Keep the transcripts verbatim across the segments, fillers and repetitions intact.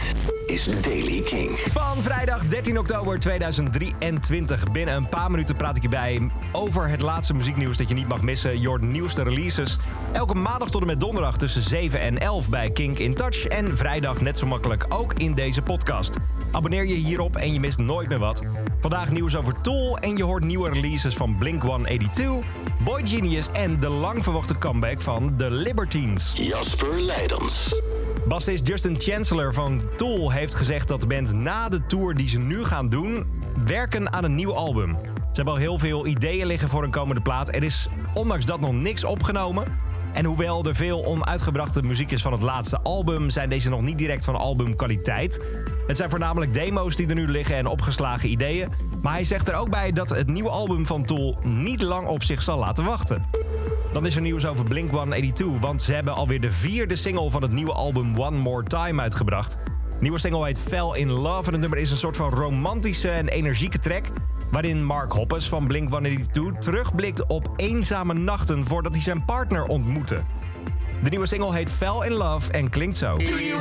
Dit is Daily King. Van vrijdag dertien oktober tweeduizend drieëntwintig. Binnen een paar minuten praat ik je bij over het laatste muzieknieuws dat je niet mag missen. Je hoort nieuwste releases. Elke maandag tot en met donderdag tussen zeven en elf bij Kink in Touch. En vrijdag net zo makkelijk ook in deze podcast. Abonneer je hierop en je mist nooit meer wat. Vandaag nieuws over Tool en je hoort nieuwe releases van Blink honderdtweeënnegentig, Boy Genius en de lang verwachte comeback van The Libertines. Jasper Leidens. Bassist Justin Chancellor van Tool heeft gezegd dat de band na de tour die ze nu gaan doen werken aan een nieuw album. Ze hebben al heel veel ideeën liggen voor een komende plaat. Er is ondanks dat nog niks opgenomen. En hoewel er veel onuitgebrachte muziek is van het laatste album, zijn deze nog niet direct van albumkwaliteit. Het zijn voornamelijk demo's die er nu liggen en opgeslagen ideeën. Maar hij zegt er ook bij dat het nieuwe album van Tool niet lang op zich zal laten wachten. Dan is er nieuws over Blink honderdnegenennegentig, want ze hebben alweer de vierde single van het nieuwe album One More Time uitgebracht. De nieuwe single heet Fell in Love en het nummer is een soort van romantische en energieke track, waarin Mark Hoppus van Blink honderdnegenennegentig terugblikt op eenzame nachten voordat hij zijn partner ontmoette. De nieuwe single heet Fell in Love en klinkt zo.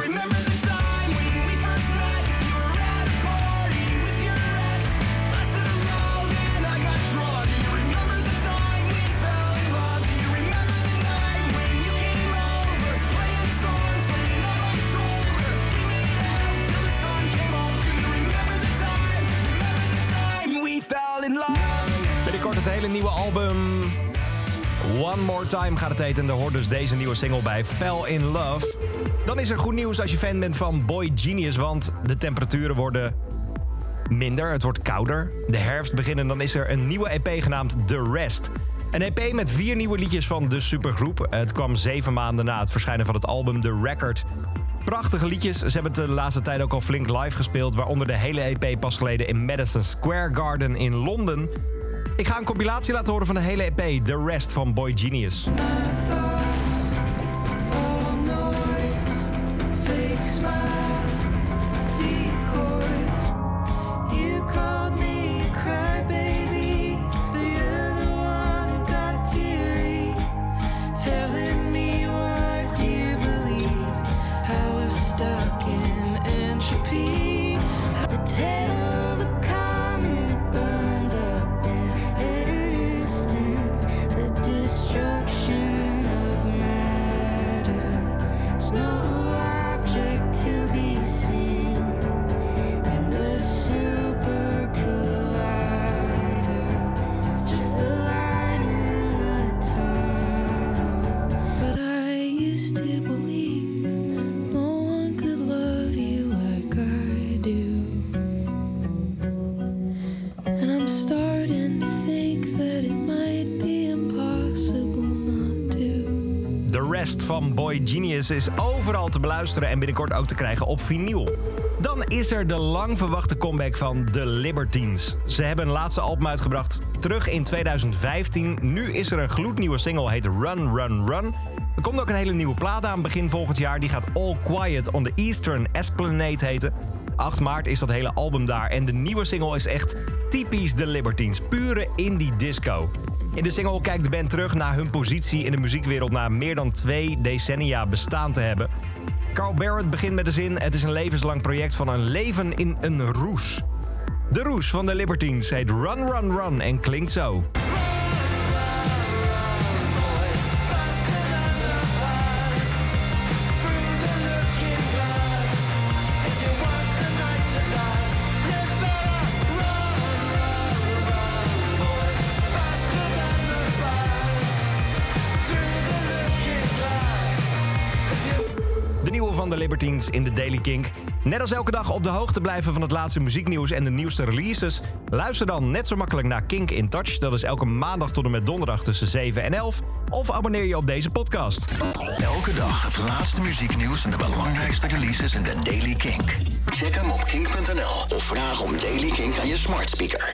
Binnenkort het hele nieuwe album One More Time gaat het heten. En daar hoort dus deze nieuwe single bij, Fell in Love. Dan is er goed nieuws als je fan bent van Boy Genius, want de temperaturen worden minder, het wordt kouder. De herfst begint en dan is er een nieuwe E P genaamd The Rest. Een E P met vier nieuwe liedjes van de supergroep. Het kwam zeven maanden na het verschijnen van het album The Record. Prachtige liedjes. Ze hebben het de laatste tijd ook al flink live gespeeld, waaronder de hele E P pas geleden in Madison Square Garden in Londen. Ik ga een compilatie laten horen van de hele E P, The Rest van Boy Genius. The Rest van Boy Genius is overal te beluisteren en binnenkort ook te krijgen op vinyl. Dan is er de lang verwachte comeback van The Libertines. Ze hebben een laatste album uitgebracht terug in tweeduizend vijftien. Nu is er een gloednieuwe single, heet Run, Run, Run. Er komt ook een hele nieuwe plaat aan begin volgend jaar. Die gaat All Quiet on the Eastern Esplanade heten. acht maart is dat hele album daar en de nieuwe single is echt typisch The Libertines. Pure indie disco. In de single kijkt de band terug naar hun positie in de muziekwereld na meer dan twee decennia bestaan te hebben. Carl Barrett begint met de zin: het is een levenslang project van een leven in een roes. De roes van The Libertines heet Run, Run, Run en klinkt zo. De nieuwe van The Libertines in de Daily Kink. Net als elke dag op de hoogte blijven van het laatste muzieknieuws en de nieuwste releases. Luister dan net zo makkelijk naar Kink in Touch. Dat is elke maandag tot en met donderdag tussen zeven en elf. Of abonneer je op deze podcast. Elke dag het laatste muzieknieuws en de belangrijkste releases in de Daily Kink. Check hem op kink punt n l of vraag om Daily Kink aan je smart speaker.